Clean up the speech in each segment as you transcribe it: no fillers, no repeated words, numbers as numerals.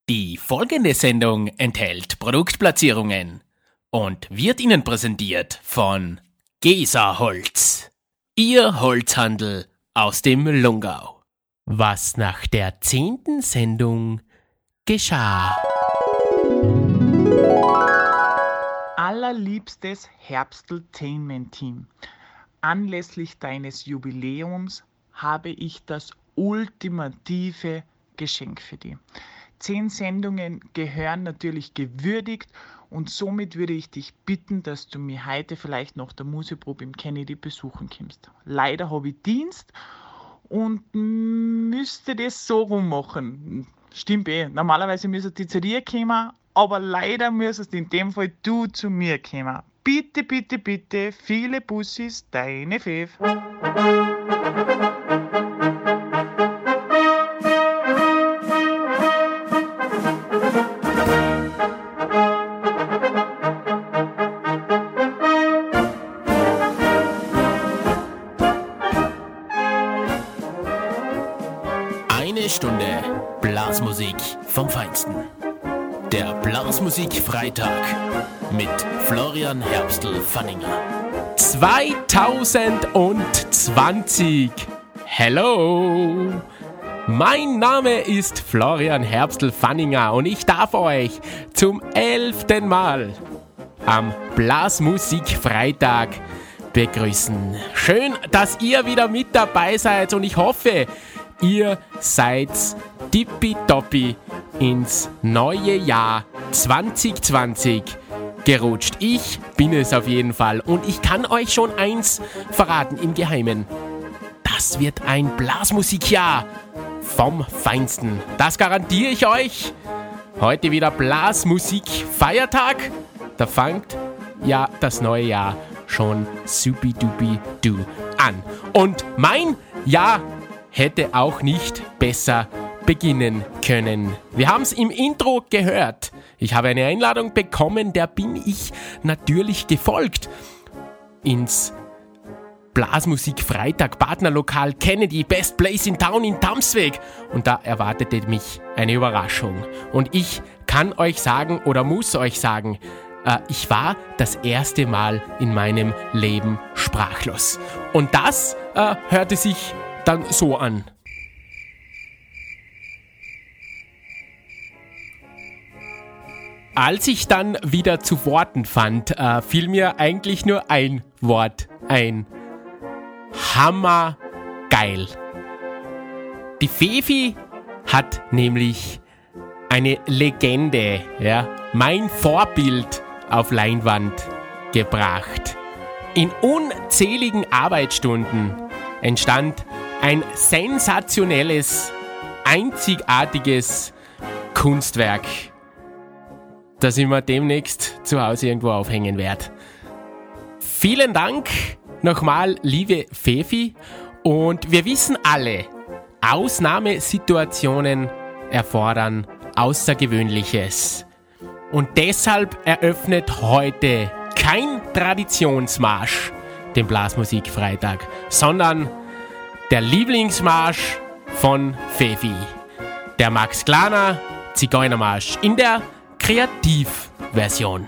Die folgende Sendung enthält Produktplatzierungen und wird Ihnen präsentiert von Gesa Holz, Ihr Holzhandel aus dem Lungau. Was nach der 10. Sendung geschah. Allerliebstes Herbsteltainment-Team, anlässlich deines Jubiläums habe ich das ultimative Geschenk für dich. 10 Sendungen gehören natürlich gewürdigt und somit würde ich dich bitten, dass du mir heute vielleicht nach der Musikprobe im Kennedy besuchen kommst. Leider habe ich Dienst und müsste das so rummachen. Stimmt normalerweise müsste die zu dir kommen, aber leider müsstest in dem Fall du zu mir kommen. Bitte, bitte, bitte, viele Bussis, deine Fev. Eine Stunde Blasmusik vom Feinsten. Der Blasmusik-Freitag mit Florian Herbstl-Fanninger. 2020. Hello! Mein Name ist Florian Herbstl-Fanninger und ich darf euch zum 11. Mal am Blasmusik-Freitag begrüßen. Schön, dass ihr wieder mit dabei seid und ich hoffe, ihr seid tippitoppi ins neue Jahr 2020 gerutscht. Ich bin es auf jeden Fall und ich kann euch schon eins verraten im Geheimen. Das wird ein Blasmusikjahr vom Feinsten. Das garantiere ich euch. Heute wieder Blasmusik-Feiertag. Da fängt ja das neue Jahr schon supi-dupi-du an. Und mein Jahr hätte auch nicht besser beginnen können. Wir haben es im Intro gehört. Ich habe eine Einladung bekommen, der bin ich natürlich gefolgt. Ins Blasmusik-Freitag Partnerlokal Kennedy, Best Place in Town in Tamsweg. Und da erwartete mich eine Überraschung. Und ich kann euch sagen oder muss euch sagen, ich war das erste Mal in meinem Leben sprachlos. Und das hörte sich dann so an. Als ich dann wieder zu Worten fand, fiel mir eigentlich nur ein Wort ein. Hammergeil. Die Fefi hat nämlich eine Legende, mein Vorbild auf Leinwand gebracht. In unzähligen Arbeitsstunden entstand ein sensationelles, einzigartiges Kunstwerk, das ich mir demnächst zu Hause irgendwo aufhängen werde. Vielen Dank nochmal, liebe Fefi. Und wir wissen alle, Ausnahmesituationen erfordern Außergewöhnliches. Und deshalb eröffnet heute kein Traditionsmarsch den Blasmusik-Freitag, sondern der Lieblingsmarsch von Fefi. Der Max Glaner Zigeunermarsch in der Kreativversion.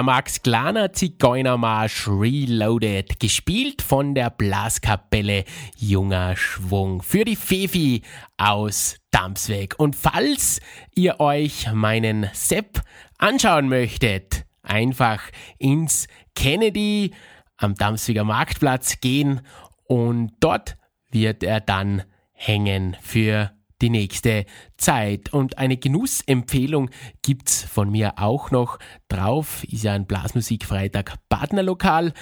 Der Max Glaner Zigeunermarsch Reloaded, gespielt von der Blaskapelle Junger Schwung für die Fefi aus Damsweg. Und falls ihr euch meinen Sepp anschauen möchtet, einfach ins Kennedy am Damsweger Marktplatz gehen und dort wird er dann hängen für die nächste Zeit. Und eine Genussempfehlung gibt's von mir auch noch drauf. Ist ja ein Blasmusikfreitag Partnerlokal.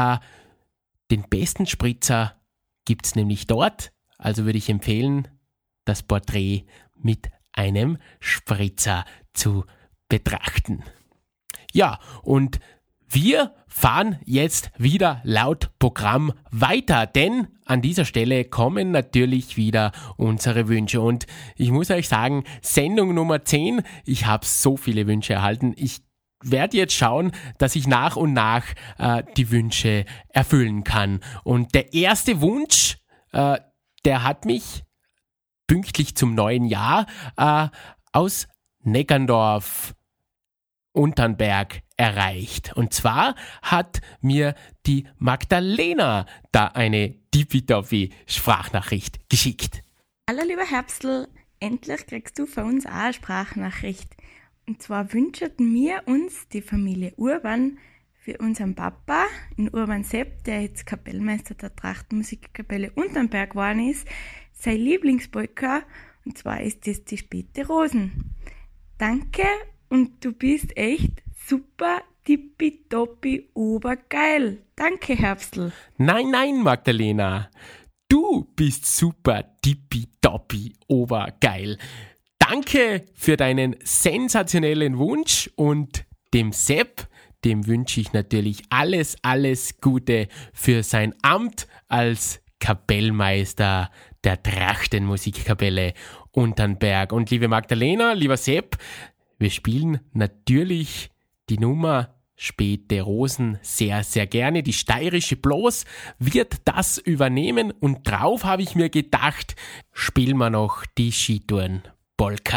Den besten Spritzer gibt's nämlich dort. Also würde ich empfehlen, das Porträt mit einem Spritzer zu betrachten. Ja, und wir fahren jetzt wieder laut Programm weiter, denn an dieser Stelle kommen natürlich wieder unsere Wünsche. Und ich muss euch sagen, Sendung Nummer 10, ich habe so viele Wünsche erhalten. Ich werde jetzt schauen, dass ich nach und nach die Wünsche erfüllen kann. Und der erste Wunsch, der hat mich pünktlich zum neuen Jahr aus Neckerndorf, Unternberg erreicht. Und zwar hat mir die Magdalena da eine tippitoppi-Sprachnachricht geschickt. Hallo lieber Herbstl, endlich kriegst du von uns auch eine Sprachnachricht. Und zwar wünschten wir uns die Familie Urban für unseren Papa, in Urban Sepp, der jetzt Kapellmeister der Trachtenmusikkapelle Unternberg geworden ist, sein Lieblingspolka, und zwar ist das die Späte Rosen. Danke und du bist echt super, tippitoppi, obergeil. Danke, Herbstl. Nein, Magdalena. Du bist super, tippitoppi, obergeil. Danke für deinen sensationellen Wunsch und dem Sepp, dem wünsche ich natürlich alles Gute für sein Amt als Kapellmeister der Trachtenmusikkapelle Unternberg. Und liebe Magdalena, lieber Sepp, wir spielen natürlich die Nummer Späte Rosen sehr, sehr gerne. Die steirische Bloß wird das übernehmen und drauf habe ich mir gedacht, spielen wir noch die Skitouren-Polka.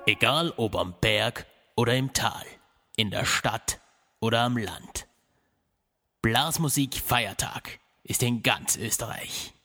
Egal ob am Berg oder im Tal, in der Stadt oder am Land. Blasmusik Feiertag ist in ganz Österreich.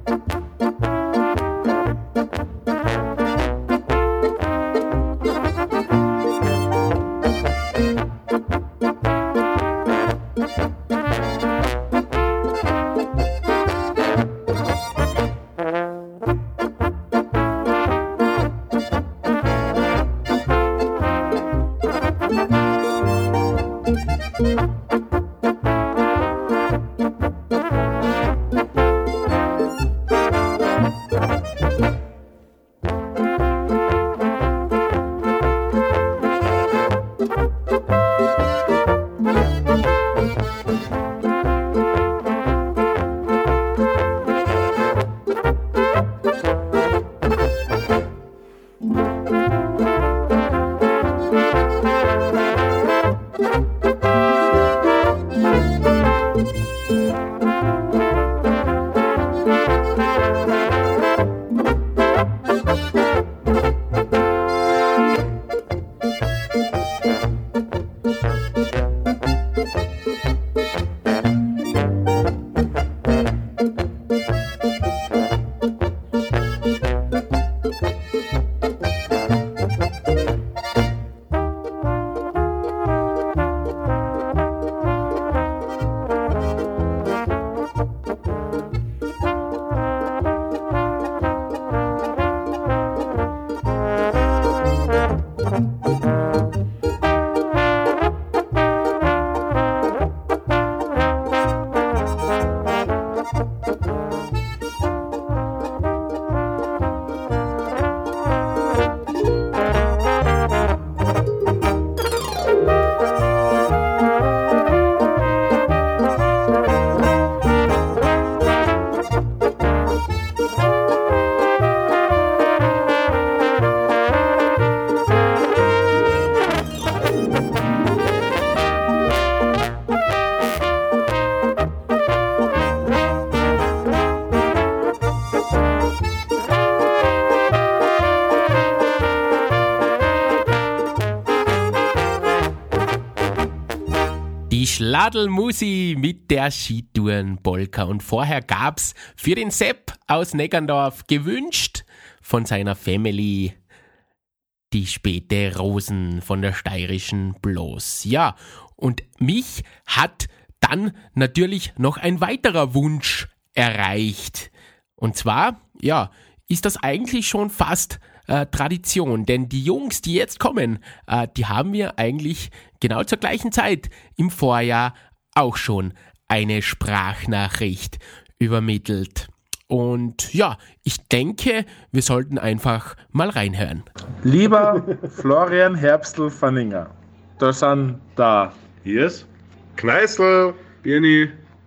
Die Schladlmusi mit der Skitourenpolka. Und vorher gab's für den Sepp aus Neggerndorf gewünscht von seiner Family die späte Rosen von der steirischen Bloß. Ja, und mich hat dann natürlich noch ein weiterer Wunsch erreicht. Und zwar, ja, ist das eigentlich schon fast Tradition, denn die Jungs, die jetzt kommen, die haben mir eigentlich genau zur gleichen Zeit im Vorjahr auch schon eine Sprachnachricht übermittelt. Und ja, ich denke, wir sollten einfach mal reinhören. Lieber Florian Herbstl-Fanninger, da sind da Yes, Kneißl, Birni,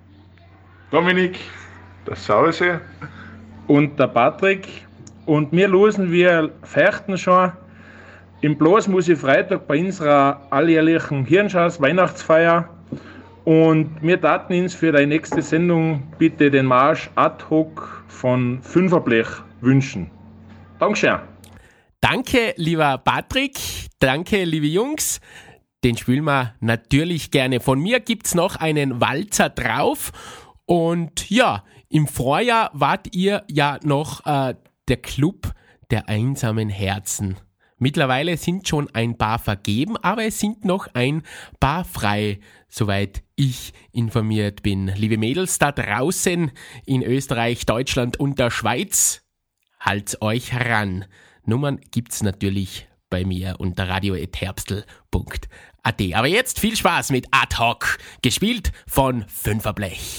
Dominik, der Sause, und der Patrick. Und wir fechten schon im Blasmusik Freitag bei unserer alljährlichen Hirnschaus Weihnachtsfeier. Und wir taten uns für die nächste Sendung bitte den Marsch ad hoc von Fünferblech wünschen. Dankeschön. Danke, lieber Patrick. Danke, liebe Jungs. Den spielen wir natürlich gerne. Von mir gibt's noch einen Walzer drauf. Und ja, im Vorjahr wart ihr ja noch der Club der einsamen Herzen. Mittlerweile sind schon ein paar vergeben, aber es sind noch ein paar frei, soweit ich informiert bin. Liebe Mädels da draußen in Österreich, Deutschland und der Schweiz, halt's euch heran. Nummern gibt's natürlich bei mir unter radio@herbstl.at. Aber jetzt viel Spaß mit Ad Hoc, gespielt von Fünferblech.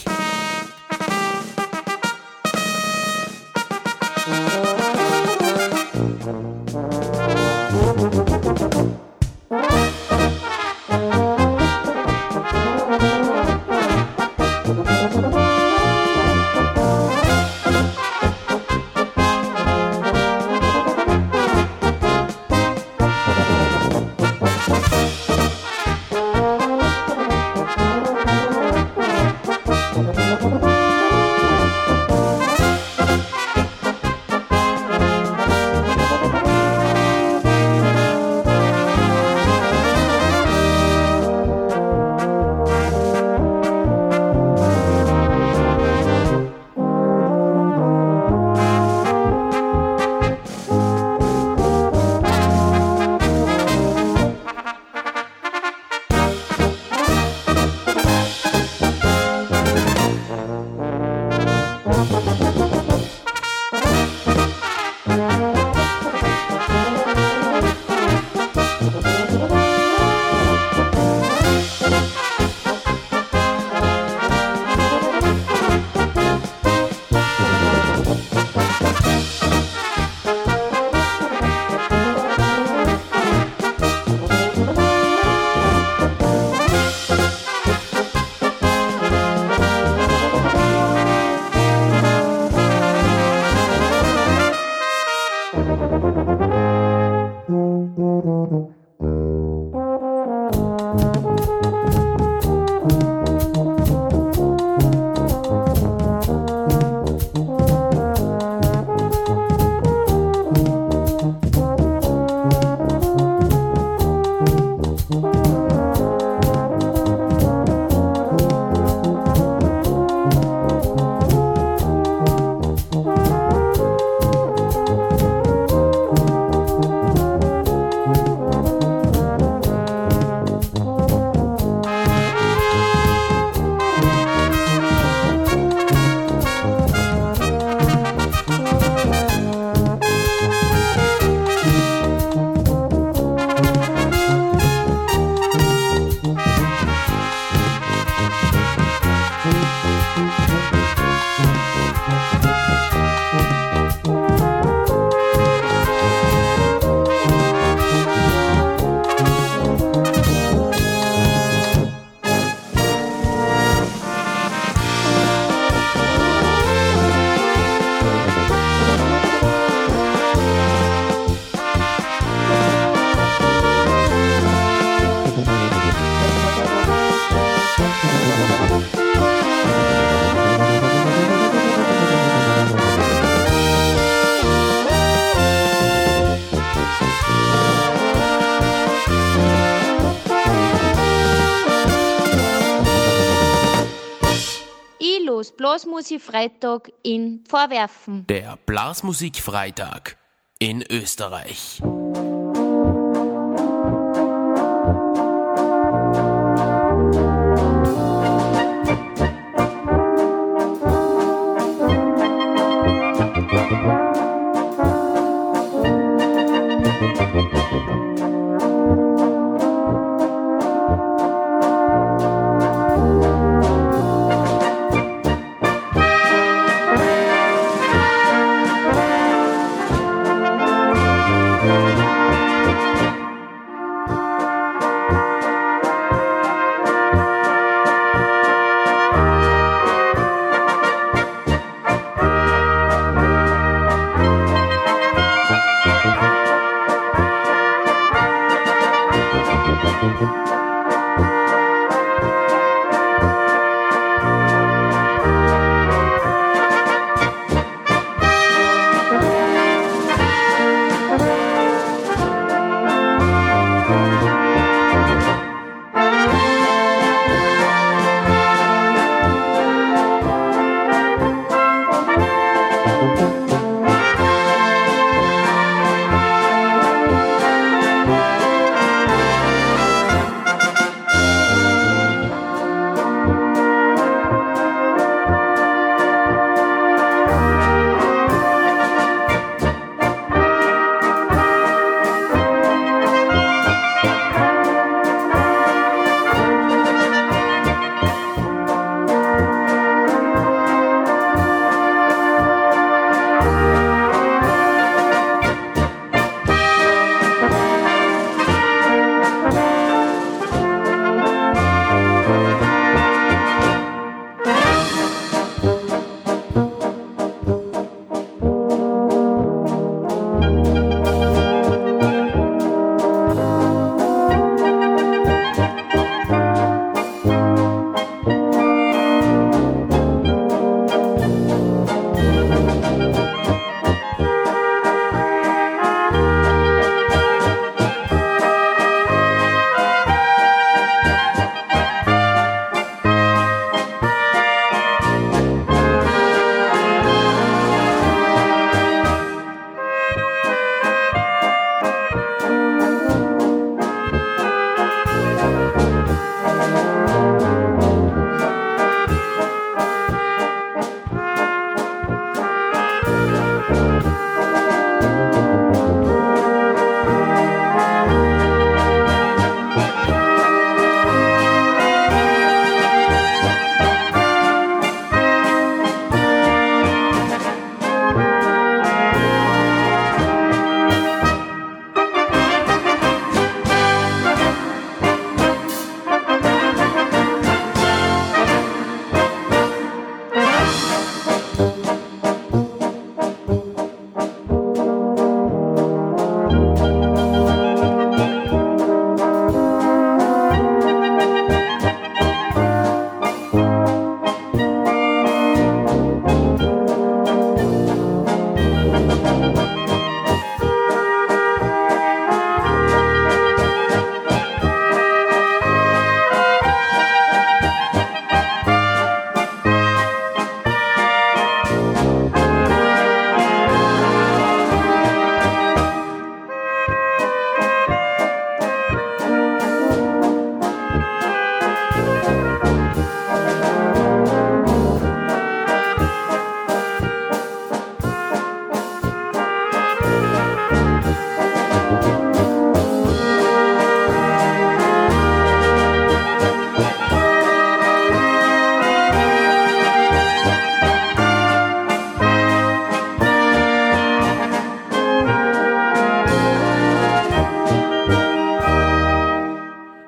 Blasmusikfreitag in Vorwerfen. Der Blasmusikfreitag in Österreich.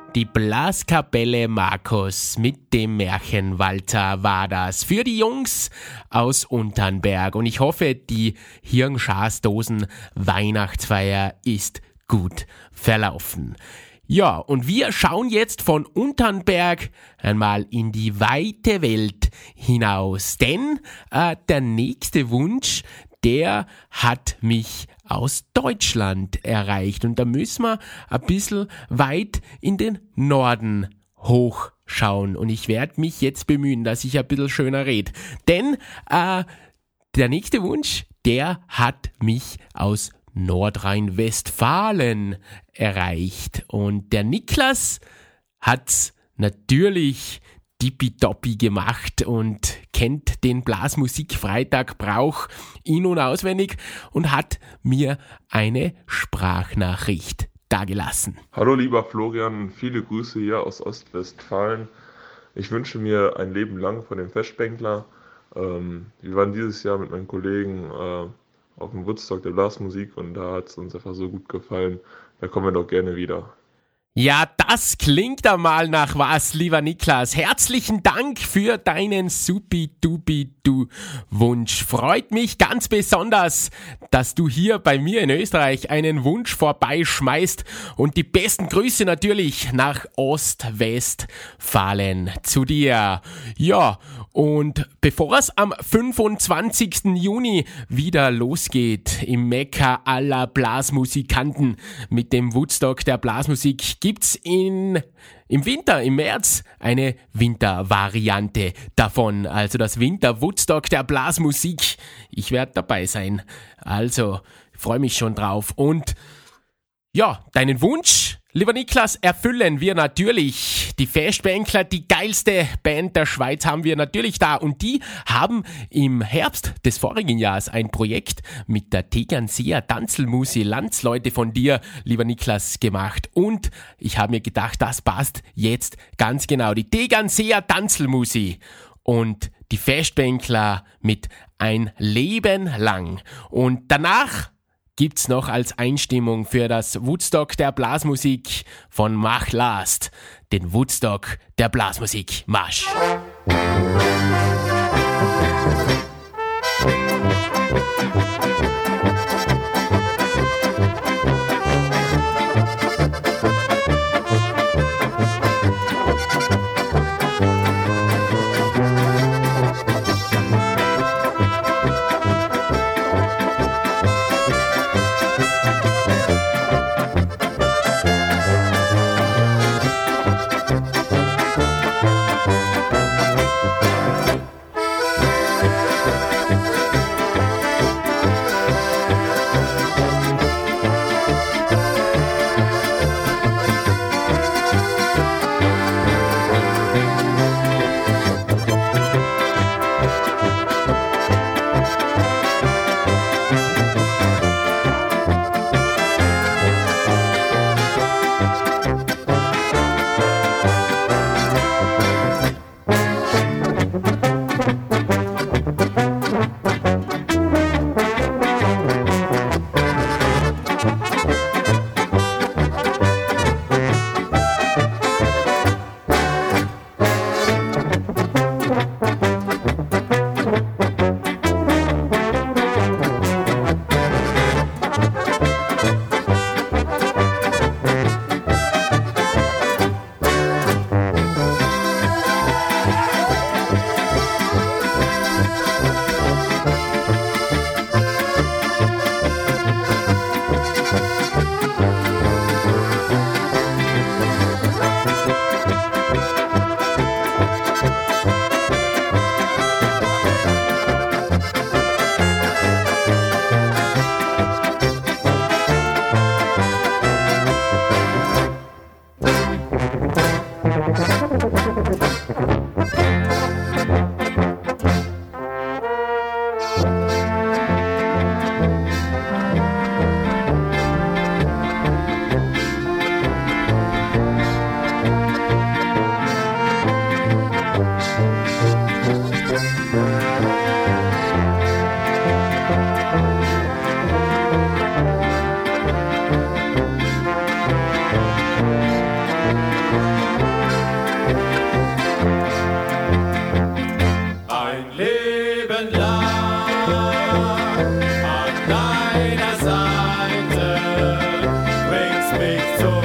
Die Blaskapelle Markus mit dem Märchenwalzer war das für die Jungs aus Unternberg. Und ich hoffe, die Hirnschasdosen Weihnachtsfeier ist gut verlaufen. Ja, und wir schauen jetzt von Unternberg einmal in die weite Welt hinaus. Denn der nächste Wunsch, der hat mich aus Deutschland erreicht. Und da müssen wir ein bisschen weit in den Norden hochschauen. Und ich werde mich jetzt bemühen, dass ich ein bisschen schöner rede. Denn der nächste Wunsch, der hat mich aus Nordrhein-Westfalen erreicht. Und der Niklas hat's natürlich tippitoppi gemacht und kennt den Blasmusik-Freitag-Brauch in- und auswendig und hat mir eine Sprachnachricht dagelassen. Hallo lieber Florian, viele Grüße hier aus Ostwestfalen. Ich wünsche mir ein Leben lang von dem Festbänkler. Wir waren dieses Jahr mit meinen Kollegen auf dem Woodstock der Blasmusik und da hat es uns einfach so gut gefallen. Da kommen wir doch gerne wieder. Ja, das klingt einmal nach was, lieber Niklas. Herzlichen Dank für deinen Supi-Dubi-Du-Wunsch. Freut mich ganz besonders, dass du hier bei mir in Österreich einen Wunsch vorbeischmeißt. Und die besten Grüße natürlich nach Ostwestfalen zu dir. Ja, und bevor es am 25. Juni wieder losgeht im Mekka aller Blasmusikanten mit dem Woodstock der Blasmusik, gibt's im Winter, im März, eine Wintervariante davon. Also das Winter-Woodstock der Blasmusik. Ich werde dabei sein. Also, freue mich schon drauf. Und ja, deinen Wunsch, lieber Niklas, erfüllen wir natürlich. Die Festbänkler, die geilste Band der Schweiz haben wir natürlich da. Und die haben im Herbst des vorigen Jahres ein Projekt mit der Tegernseer Tanzelmusi, Landsleute von dir, lieber Niklas, gemacht. Und ich habe mir gedacht, das passt jetzt ganz genau. Die Tegernseer Tanzelmusi und die Festbänkler mit Ein Leben lang. Und danach gibt's noch als Einstimmung für das Woodstock der Blasmusik von Mach Last, den Woodstock der Blasmusik Marsch.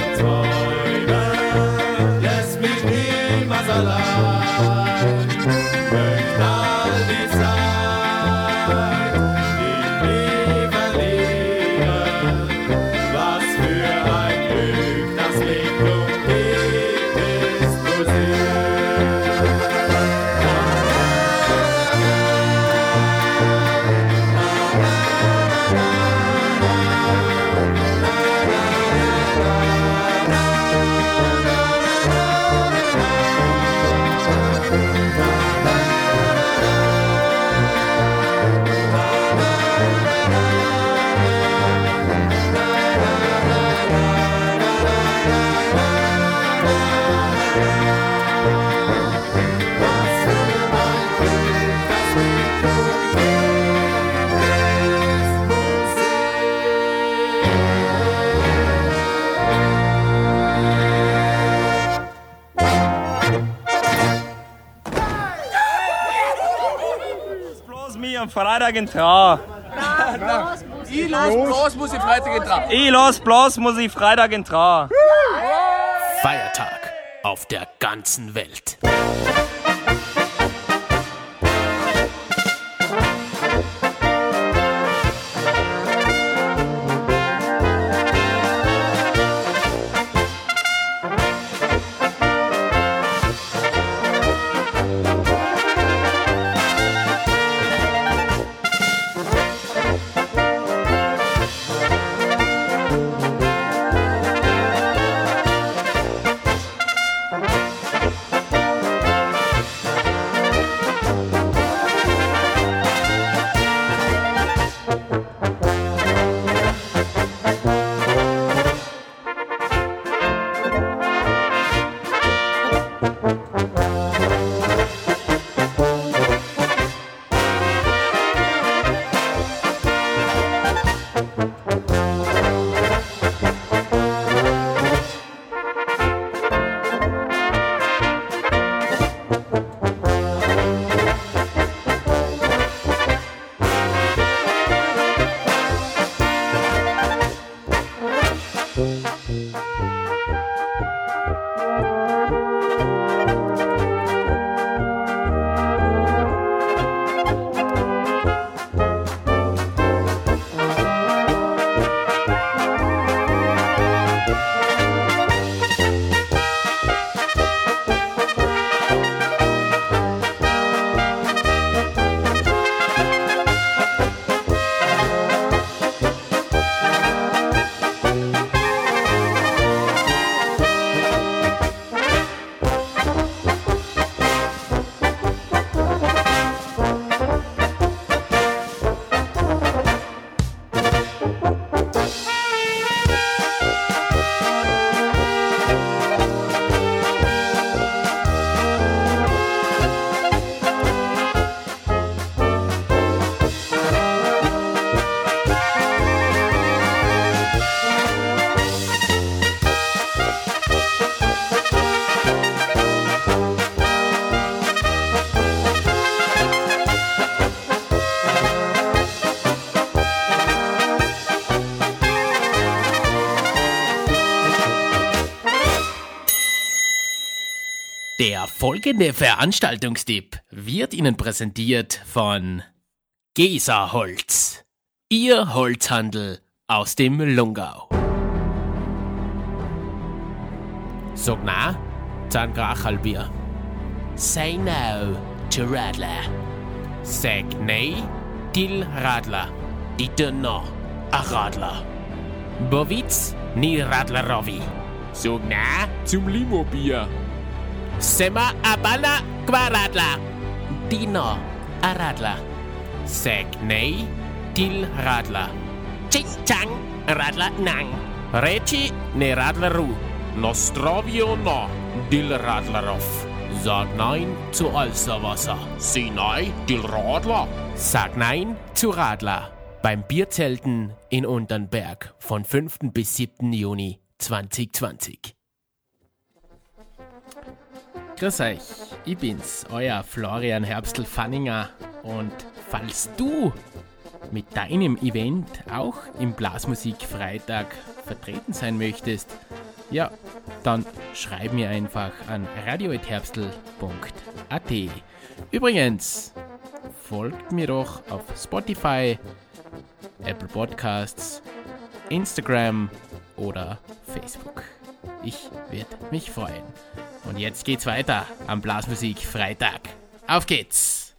Freitag in Trau. Ich los bloß muss ich Freitag in Trau. Ich los bloß muss ich Freitag in Trau. Feiertag auf der ganzen Welt. Der folgende Veranstaltungstipp wird Ihnen präsentiert von Gesa-Holz, Ihr Holzhandel aus dem Lungau. Sag na, zahn Grachalbier. Say no to Radler. Sag nei til Radler. Dieter no a Radler. Bovitz ni Radlerowi. Sag na zum Limobier. Sema abana Radler. Dino a Radler. Sag nei til Radler. Ching chang Radler nang. Reci ne Radleru. Nostrovio no til Radlerov. Sag nein zu Alsterwasser. Sieh nein til Radler. Sag nein zu Radler. Beim Bierzelten in Unternberg von 5. bis 7. Juni 2020. Grüß euch, ich bin's, euer Florian Herbstl-Fanninger, und falls du mit deinem Event auch im Blasmusik-Freitag vertreten sein möchtest, Ja, dann schreib mir einfach an radio@herbstl.at. Übrigens, folgt mir doch auf Spotify, Apple Podcasts, Instagram oder Facebook. Ich würde mich freuen. Und jetzt geht's weiter am Blasmusik Freitag. Auf geht's!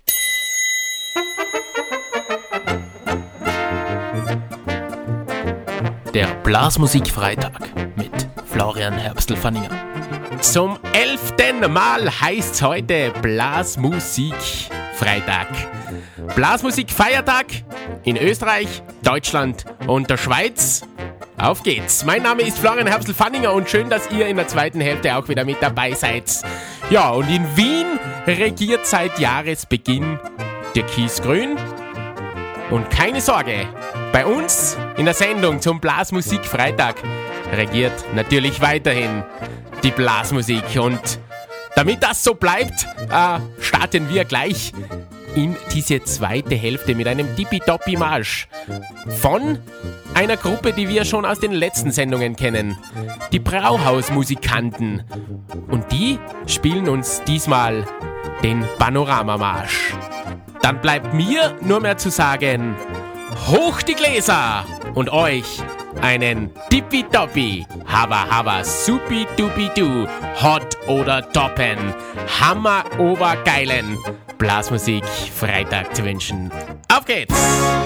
Der Blasmusik Freitag mit Florian Herbstl-Fanninger. Zum 11. Mal heißt's heute Blasmusik Freitag. Blasmusik Feiertag in Österreich, Deutschland und der Schweiz. Auf geht's. Mein Name ist Florian Herbstl-Fanninger und schön, dass ihr in der zweiten Hälfte auch wieder mit dabei seid. Ja, und in Wien regiert seit Jahresbeginn Türkisgrün. Und keine Sorge, bei uns in der Sendung zum Blasmusik Freitag regiert natürlich weiterhin die Blasmusik. Und damit das so bleibt, starten wir gleich in diese zweite Hälfte mit einem Tippitoppi-Marsch von einer Gruppe, die wir schon aus den letzten Sendungen kennen, die Brauhausmusikanten. Und die spielen uns diesmal den Panoramamarsch. Dann bleibt mir nur mehr zu sagen, hoch die Gläser und euch einen Tippitoppi, Hava, Supi-Dupi-Du, Hot oder Toppen, Hammer obergeilen Blasmusik Freitag zu wünschen. Auf geht's!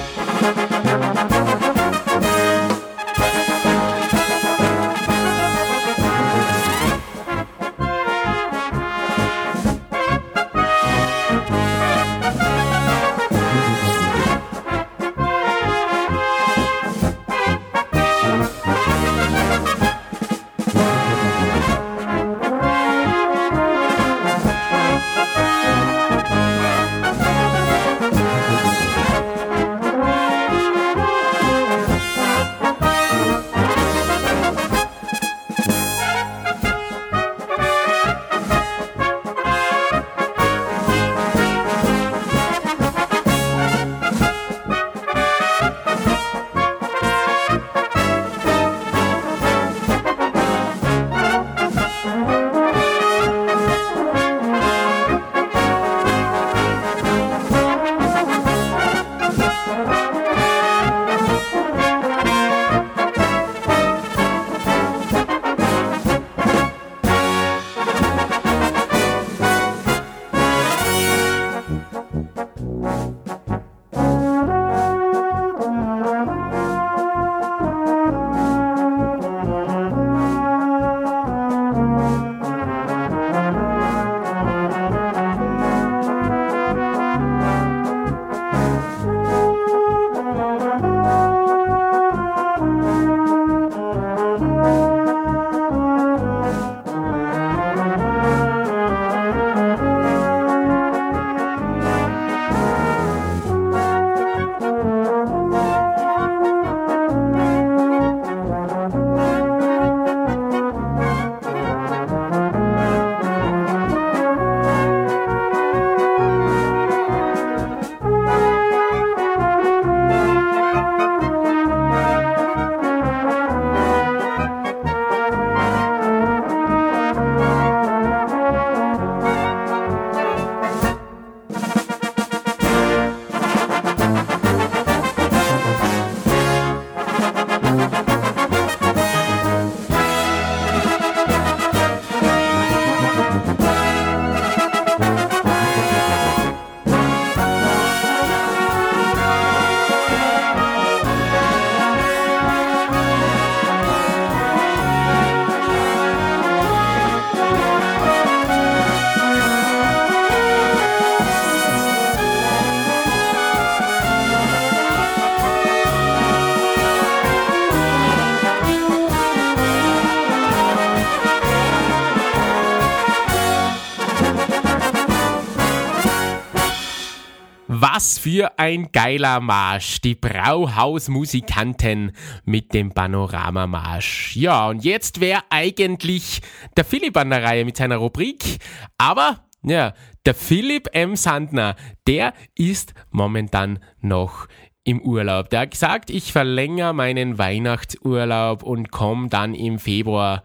Was für ein geiler Marsch, die Brauhausmusikanten mit dem Panoramamarsch. Ja, und jetzt wäre eigentlich der Philipp an der Reihe mit seiner Rubrik, aber ja, der Philipp M. Sandner, der ist momentan noch im Urlaub. Der hat gesagt, ich verlängere meinen Weihnachtsurlaub und komme dann im Februar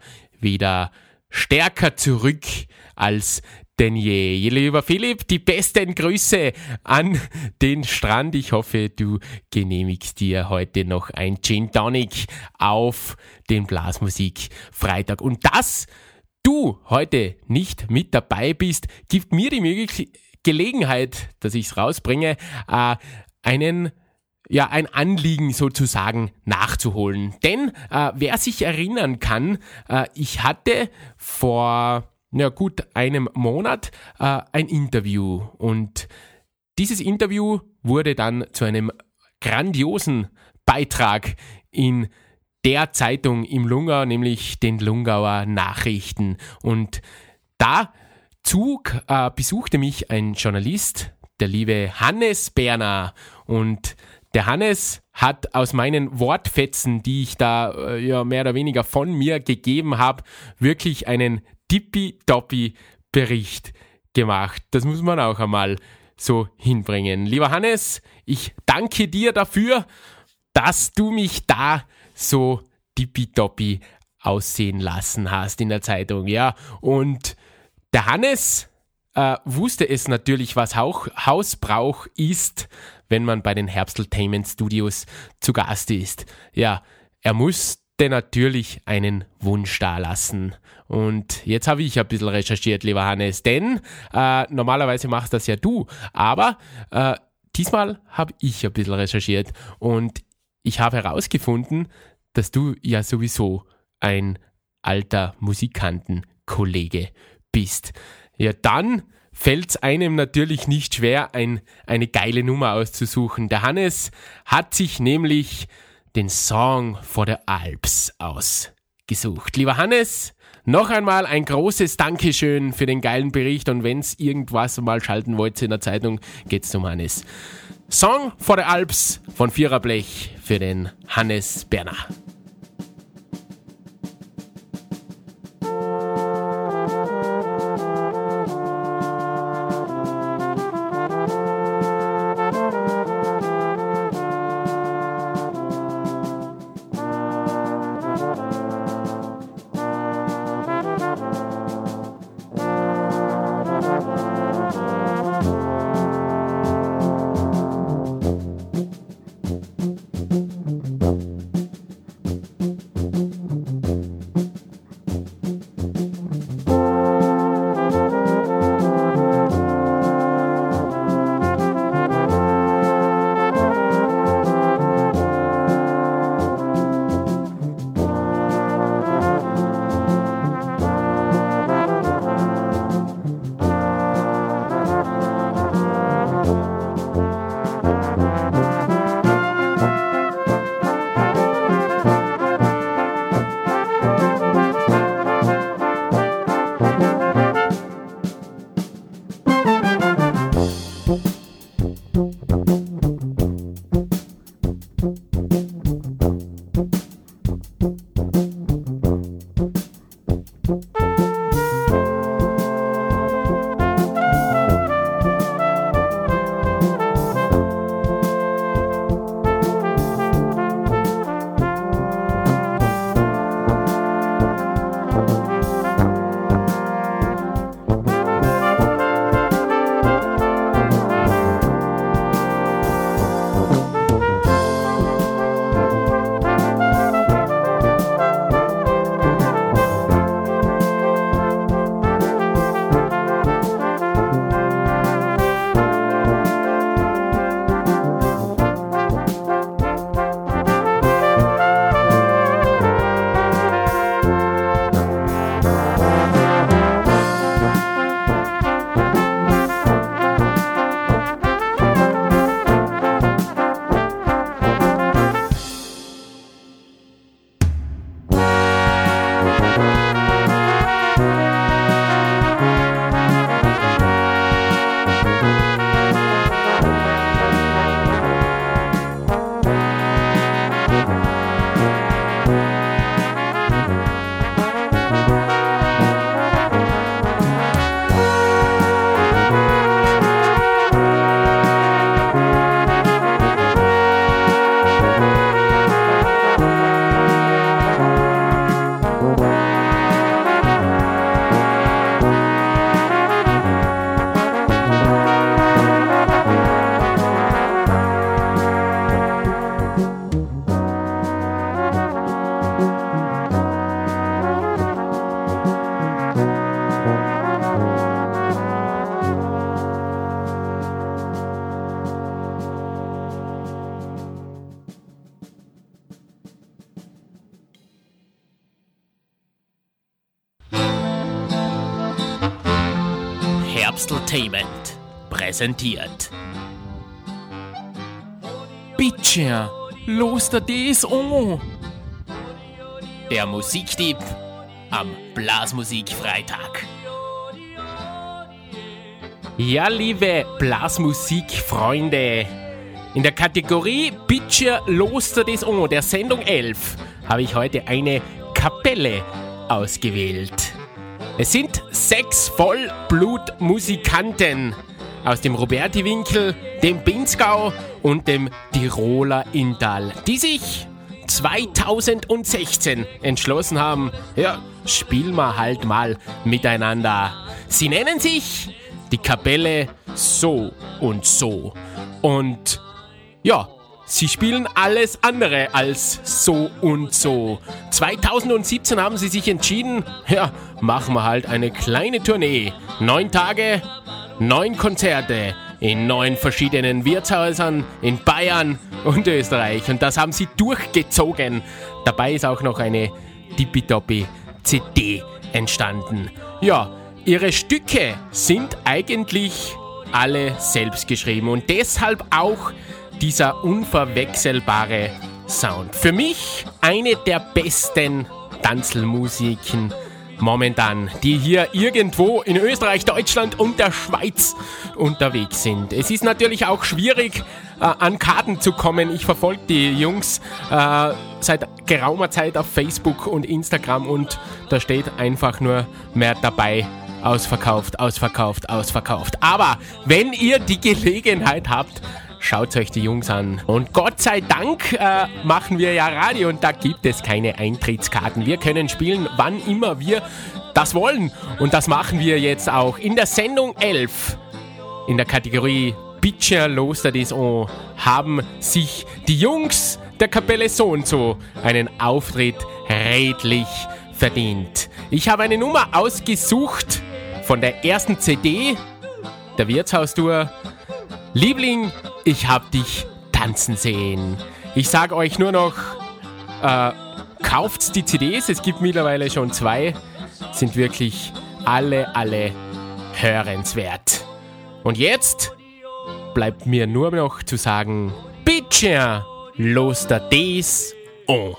wieder stärker zurück als denn je. Lieber Philipp, die besten Grüße an den Strand. Ich hoffe, du genehmigst dir heute noch ein Gin Tonic auf den Blasmusik-Freitag. Und dass du heute nicht mit dabei bist, gibt mir die Gelegenheit, dass ich es rausbringe, ein Anliegen sozusagen nachzuholen. Denn wer sich erinnern kann, ich hatte vor gut einem Monat ein Interview und dieses Interview wurde dann zu einem grandiosen Beitrag in der Zeitung im Lungau, nämlich den Lungauer Nachrichten. Und dazu besuchte mich ein Journalist, der liebe Hannes Berner, und der Hannes hat aus meinen Wortfetzen, die ich da mehr oder weniger von mir gegeben habe, wirklich einen tippitoppi Bericht gemacht. Das muss man auch einmal so hinbringen. Lieber Hannes, ich danke dir dafür, dass du mich da so tippitoppi aussehen lassen hast in der Zeitung. Ja, und der Hannes wusste es natürlich, was Hausbrauch ist, wenn man bei den Herbsteltainment Studios zu Gast ist. Ja, er musste natürlich einen Wunsch dalassen. Und jetzt habe ich ein bisschen recherchiert, lieber Hannes, denn normalerweise machst das ja du, aber diesmal habe ich ein bisschen recherchiert und ich habe herausgefunden, dass du ja sowieso ein alter Musikantenkollege bist. Ja, dann fällt es einem natürlich nicht schwer, eine geile Nummer auszusuchen. Der Hannes hat sich nämlich den Song for the Alps ausgesucht. Lieber Hannes, noch einmal ein großes Dankeschön für den geilen Bericht, und wenn's irgendwas mal schalten wollt in der Zeitung, geht's zum Hannes. Song for the Alps von Viererblech für den Hannes Berner. Herbsteltainment präsentiert. Bitte, los dir das an. Der Musiktipp am Blasmusikfreitag. Ja, liebe Blasmusikfreunde, in der Kategorie Bitte los dir das an, der Sendung 11, habe ich heute eine Kapelle ausgewählt. Es sind 6 Vollblutmusikanten aus dem Roberti-Winkel, dem Pinzgau und dem Tiroler Inntal, die sich 2016 entschlossen haben, ja, spielen wir halt mal miteinander. Sie nennen sich die Kapelle So und So. Und ja, sie spielen alles andere als So und So. 2017 haben sie sich entschieden, ja, machen wir halt eine kleine Tournee. 9 Tage, 9 Konzerte in 9 verschiedenen Wirtshäusern in Bayern und Österreich. Und das haben sie durchgezogen. Dabei ist auch noch eine tippitoppi CD entstanden. Ja, ihre Stücke sind eigentlich alle selbst geschrieben und deshalb auch dieser unverwechselbare Sound. Für mich eine der besten Tanzlmusiken momentan, die hier irgendwo in Österreich, Deutschland und der Schweiz unterwegs sind. Es ist natürlich auch schwierig, an Karten zu kommen. Ich verfolge die Jungs seit geraumer Zeit auf Facebook und Instagram und da steht einfach nur mehr dabei: ausverkauft, ausverkauft, ausverkauft. Aber wenn ihr die Gelegenheit habt, schaut euch die Jungs an. Und Gott sei Dank machen wir ja Radio und da gibt es keine Eintrittskarten. Wir können spielen, wann immer wir das wollen. Und das machen wir jetzt auch. In der Sendung 11, in der Kategorie Bitte los dir das an, haben sich die Jungs der Kapelle So und So einen Auftritt redlich verdient. Ich habe eine Nummer ausgesucht von der ersten CD der Wirtshaustour. Liebling, ich hab dich tanzen sehen. Ich sag euch nur noch, kauft die CDs, es gibt mittlerweile schon 2, sind wirklich alle hörenswert. Und jetzt bleibt mir nur noch zu sagen, bitte los dir das an.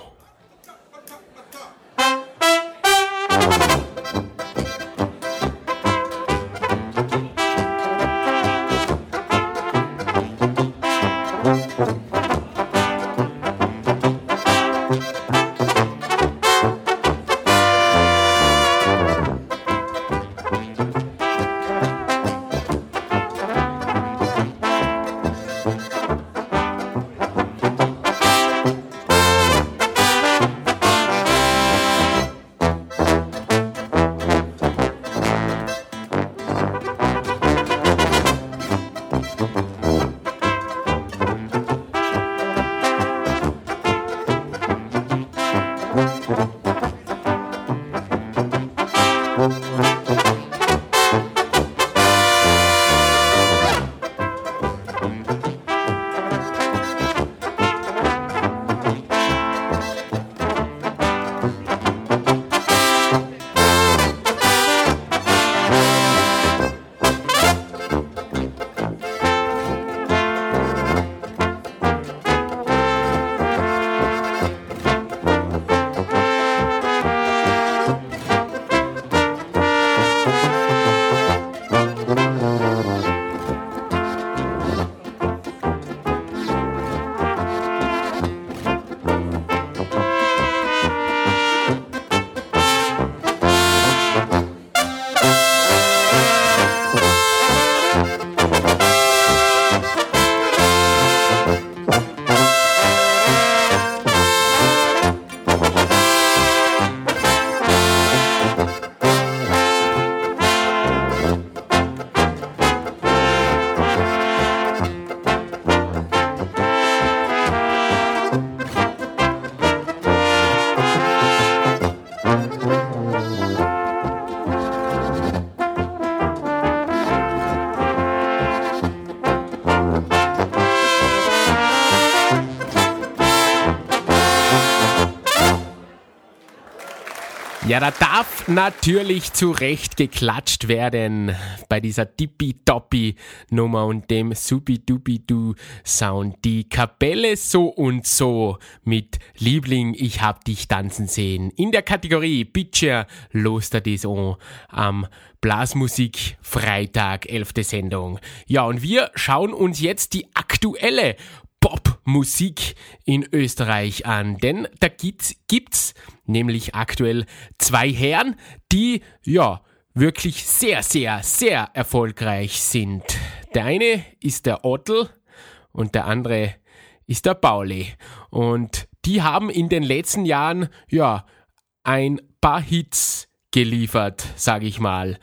Ja, da darf natürlich zurecht geklatscht werden bei dieser Tippitoppi-Nummer und dem Supi-Dupi-Du-Sound. Die Kapelle So und So mit Liebling, ich hab dich tanzen sehen. In der Kategorie Pitcher lostert es am Blasmusik Freitag, 11. Sendung. Ja, und wir schauen uns jetzt die aktuelle Popmusik in Österreich an, denn da gibt's nämlich aktuell 2 Herren, die wirklich sehr, sehr, sehr erfolgreich sind. Der eine ist der Ottl und der andere ist der Pauli. Und die haben in den letzten Jahren ein paar Hits geliefert, sage ich mal.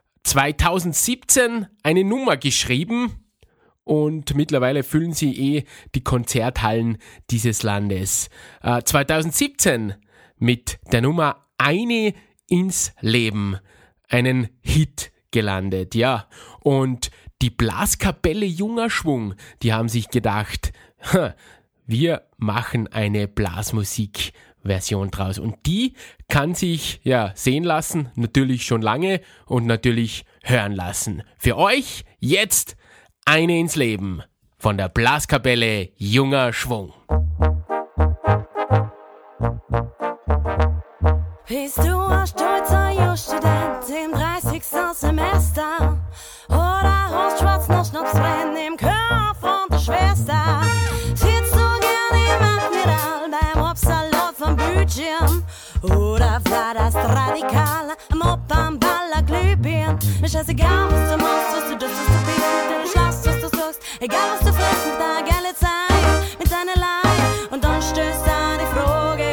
2017 eine Nummer geschrieben, und mittlerweile füllen sie die Konzerthallen dieses Landes. 2017 mit der Nummer Eine ins Leben einen Hit gelandet, ja. Und die Blaskapelle Junger Schwung, die haben sich gedacht, wir machen eine Blasmusik-Version draus. Und die kann sich sehen lassen, natürlich schon lange und natürlich hören lassen. Für euch jetzt Eine ins Leben von der Blaskapelle Junger Schwung. Bist du ein stolzer Jungstudent im 30. Semester? Oder hast schwarz noch Schnapsbrenn im Körper von der Schwester? Sitzt du gern im Admiral beim Obstsalat vom Bildschirm? Oder flatterst radikal am Ob am Baller Glühbirn? Mir scheißegal, was du machst, was du das, was du bist, du schlafst, was du sagst. Egal, was du frisst mit deiner geile Zeit, mit deiner Leid. Und dann stößt da die Frage,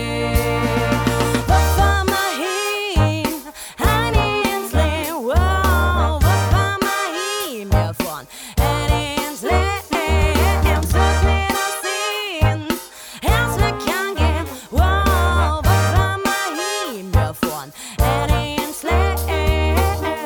wo fahren wir hin? Eine ins Leben, wow, wo fahren wir hin? Wir fahren eine ins Leben, sag mir das sehen. Erst wir kann gehen, wow, wo fahren wir hin? Wir fahren eine ins Leben.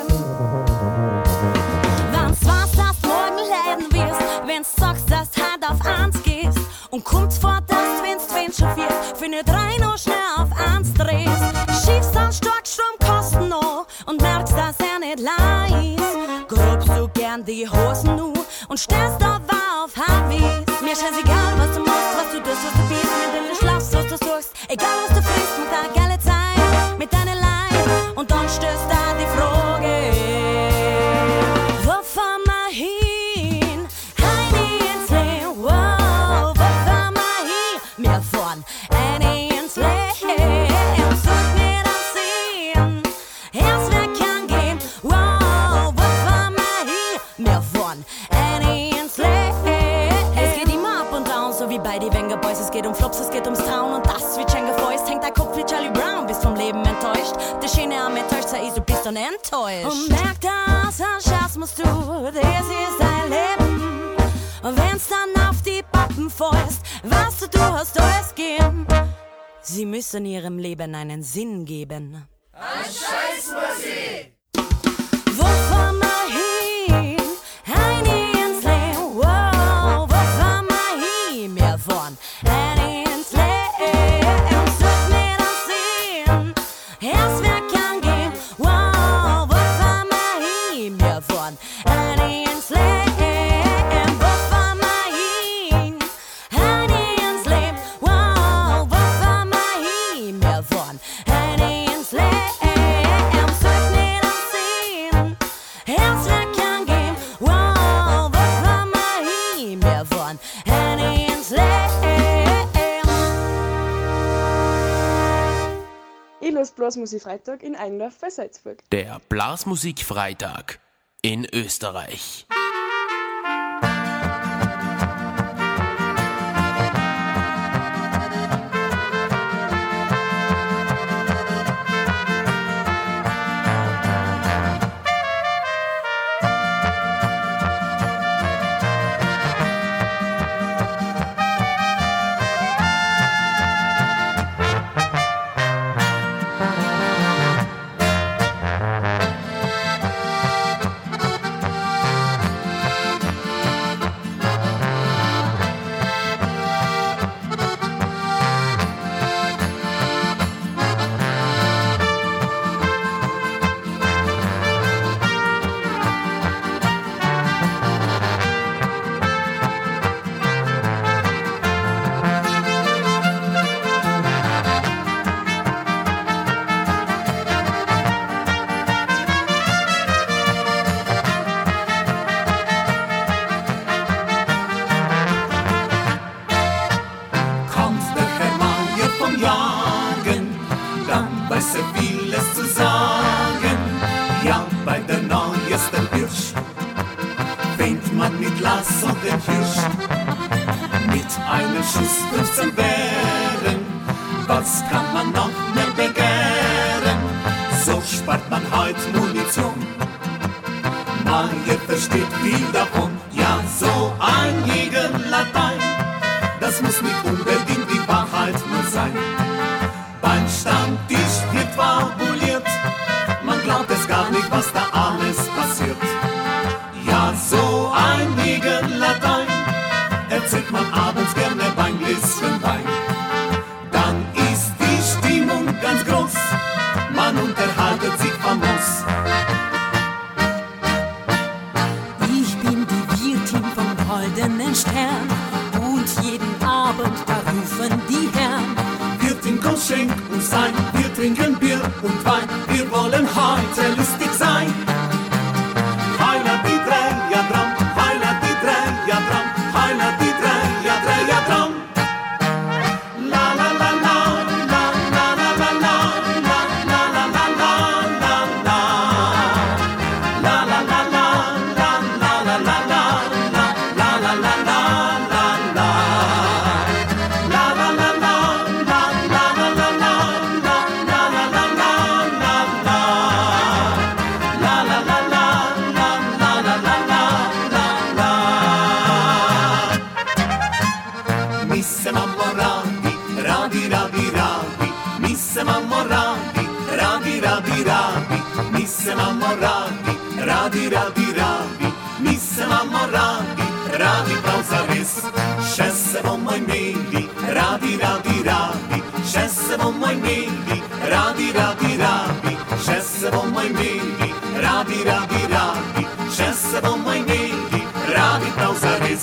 Wenn's was das morgen leben wirst, wenn's sagst, dass du halt auf 1 gehst und kommt's vor, dass wenn's chauffierst, für ne 3 noch schnell auf 1 drehst, schiebst dann Starkstromkosten noch und merkst, dass nicht leist. Grubst du gern die Hosen nu und stellst aber auf Harvis. Mir scheißegal, was du machst, was du tust, was du bist, mit dem du schlafst, was du suchst. Egal, was du frisst, mit deiner geile Zeit, mit deiner Leid. Und dann stößt da die Frage, wo fahren wir hin? Eine ins Leben, wow, wo fahren wir hin? Wir fahren eine ins Leben, such mir das sehen. Erst wer kann gehen, wow, wo fahren wir hin? Wir fahren eine ins Leben. Es geht immer up und down, so wie bei die Wenger Boys. Es geht um Flops, es geht ums Trauen und das wie Jenga Fäust. Hängt dein Kopf wie Charlie Brown, bist vom Leben enttäuscht. Der Schiene am enttäuscht, sei du bist dann enttäuscht. Und merk das, ein Schatz musst du, das ist dein Leben. Und wenn's dann auf die Pappen fällst, weißt du, du hast alles gegeben. Sie müssen ihrem Leben einen Sinn geben. Ein Scheißmusik! Wo fahren wir hin? Eine ins Leben, wow, wo fahren wir hin? Wir fahren eine ins Leben, such mir das sehen. Erst wer kann gehen, wow, wo fahren wir hin? Wir fahren eine ins Leben, wo fahren wir hin? Eine ins Leben, wow, wo fahren wir hin? Wir fahren eine ins Leben, such mir das sehen. Erst wer kann gehen, wow, wo fahren wir hin? Wir fahren eine ins Leben. Ich los Blasmusik Freitag in Eigendorf bei Salzburg. Der Blasmusik Freitag in Österreich. spart man heut Munition. Man, ihr versteht viel davon, ja, so ein Jägerlatein, das muss nicht unbedingt die Wahrheit nur sein. Beim Stammtisch wird fabuliert, man glaubt es gar nicht, was da alles passiert. Ja, so ein Jägerlatein erzählt man abends gerne beim Gläschen Wein. Dann ist die Stimmung ganz groß, man unterhaltet sich famos. Ich bin die Wirtin vom Goldenen Stern und jeden Abend da rufen die Herren. Wirtin, komm, schenk uns ein, wir trinken Bier und Wein, wir wollen heute lustig sein. Heila die Dreierdrang, heila die Dreierdrang, heila die Dreierdrang. La la la la, la la la la la, la la la la la, la la la la la la, la la la la la, la la la la la, la la la la, la la la la la, la la la la la, la la la la. Misse mammo radi, radi radi radi, misse mammo radi, radi radi radi, misse mammo radi, radi radi radi, misse mammo radi, radi pausaris, scessevo moj mili, radi radi radi, scessevo moj mili, radi radi radi, scessevo moj mili, radi radi radi, scessevo moj mili, radi pausaris.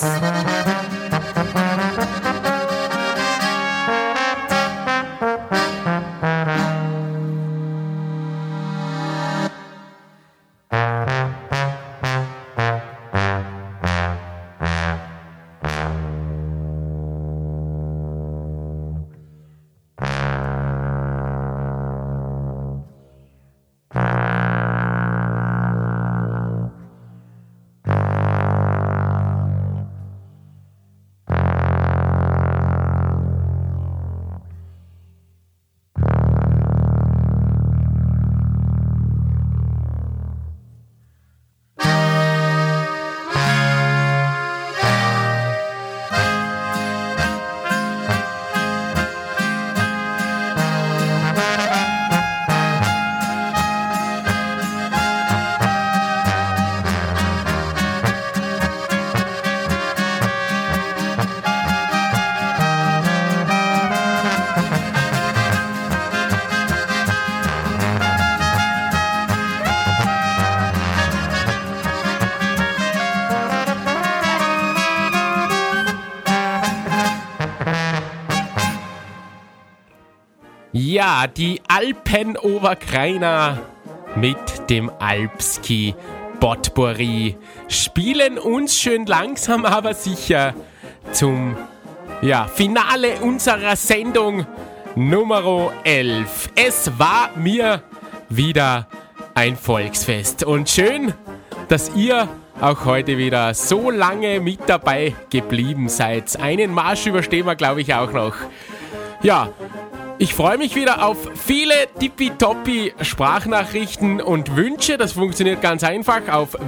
Ja, die Alpenoberkreiner mit dem Alpski Potpourri spielen uns schön langsam, aber sicher zum Finale unserer Sendung Nummer 11. Es war mir wieder ein Volksfest und schön, dass ihr auch heute wieder so lange mit dabei geblieben seid. Einen Marsch überstehen wir, glaube ich, auch noch. Ja, ich freue mich wieder auf viele tippitoppi Sprachnachrichten und Wünsche. Das funktioniert ganz einfach auf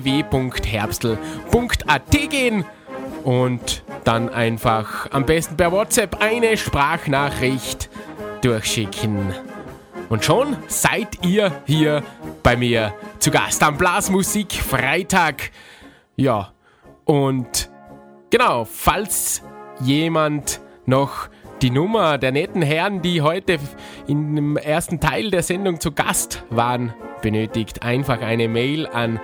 www.herbstl.at gehen und dann einfach am besten per WhatsApp eine Sprachnachricht durchschicken. Und schon seid ihr hier bei mir zu Gast am Blasmusik Freitag. Ja, und genau, falls jemand noch die Nummer der netten Herren, die heute im ersten Teil der Sendung zu Gast waren, benötigt, einfach eine Mail an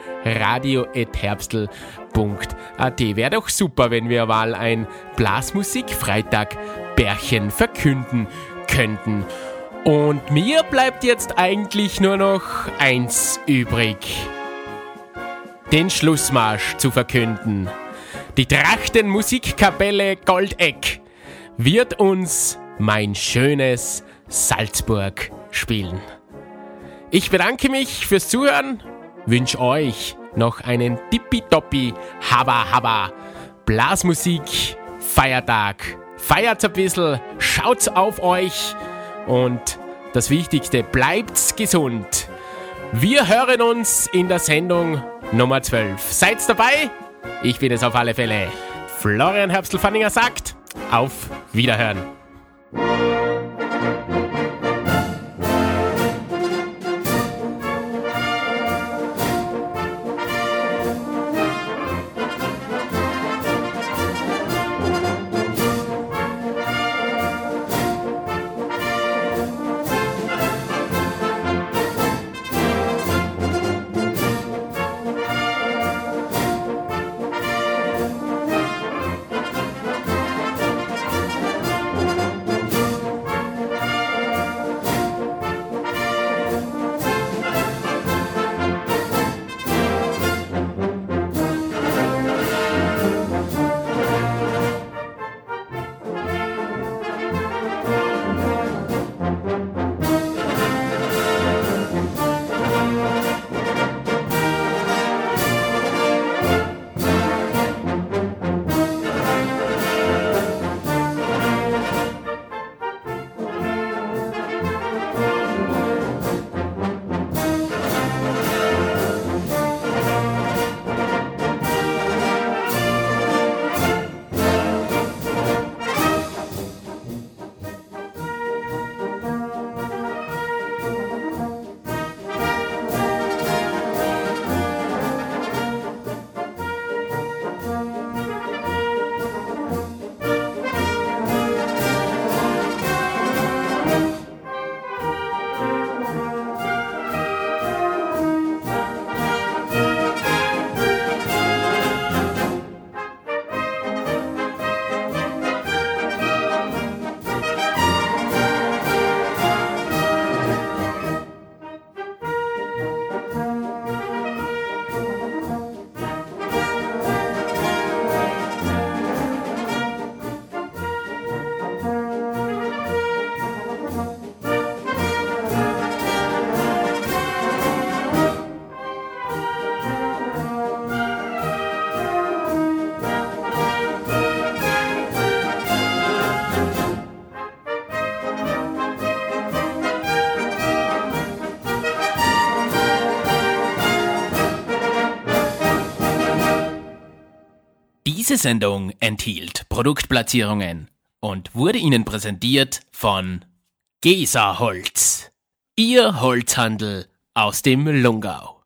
radio@herbstl.at. Wäre doch super, wenn wir mal ein Blasmusik-Freitag-Bärchen verkünden könnten. Und mir bleibt jetzt eigentlich nur noch eins übrig: den Schlussmarsch zu verkünden. Die Trachtenmusikkapelle Goldeck wird uns mein schönes Salzburg spielen. Ich bedanke mich fürs Zuhören, wünsche euch noch einen tippitoppi Habba Blasmusik Feiertag. Feiert's ein bisschen, schaut's auf euch und das Wichtigste, bleibt's gesund. Wir hören uns in der Sendung Nummer 12. Seid dabei? Ich bin es auf alle Fälle. Florian Herbstl-Fanninger sagt, auf Wiederhören. Diese Sendung enthielt Produktplatzierungen und wurde Ihnen präsentiert von Gesa Holz, Ihr Holzhandel aus dem Lungau.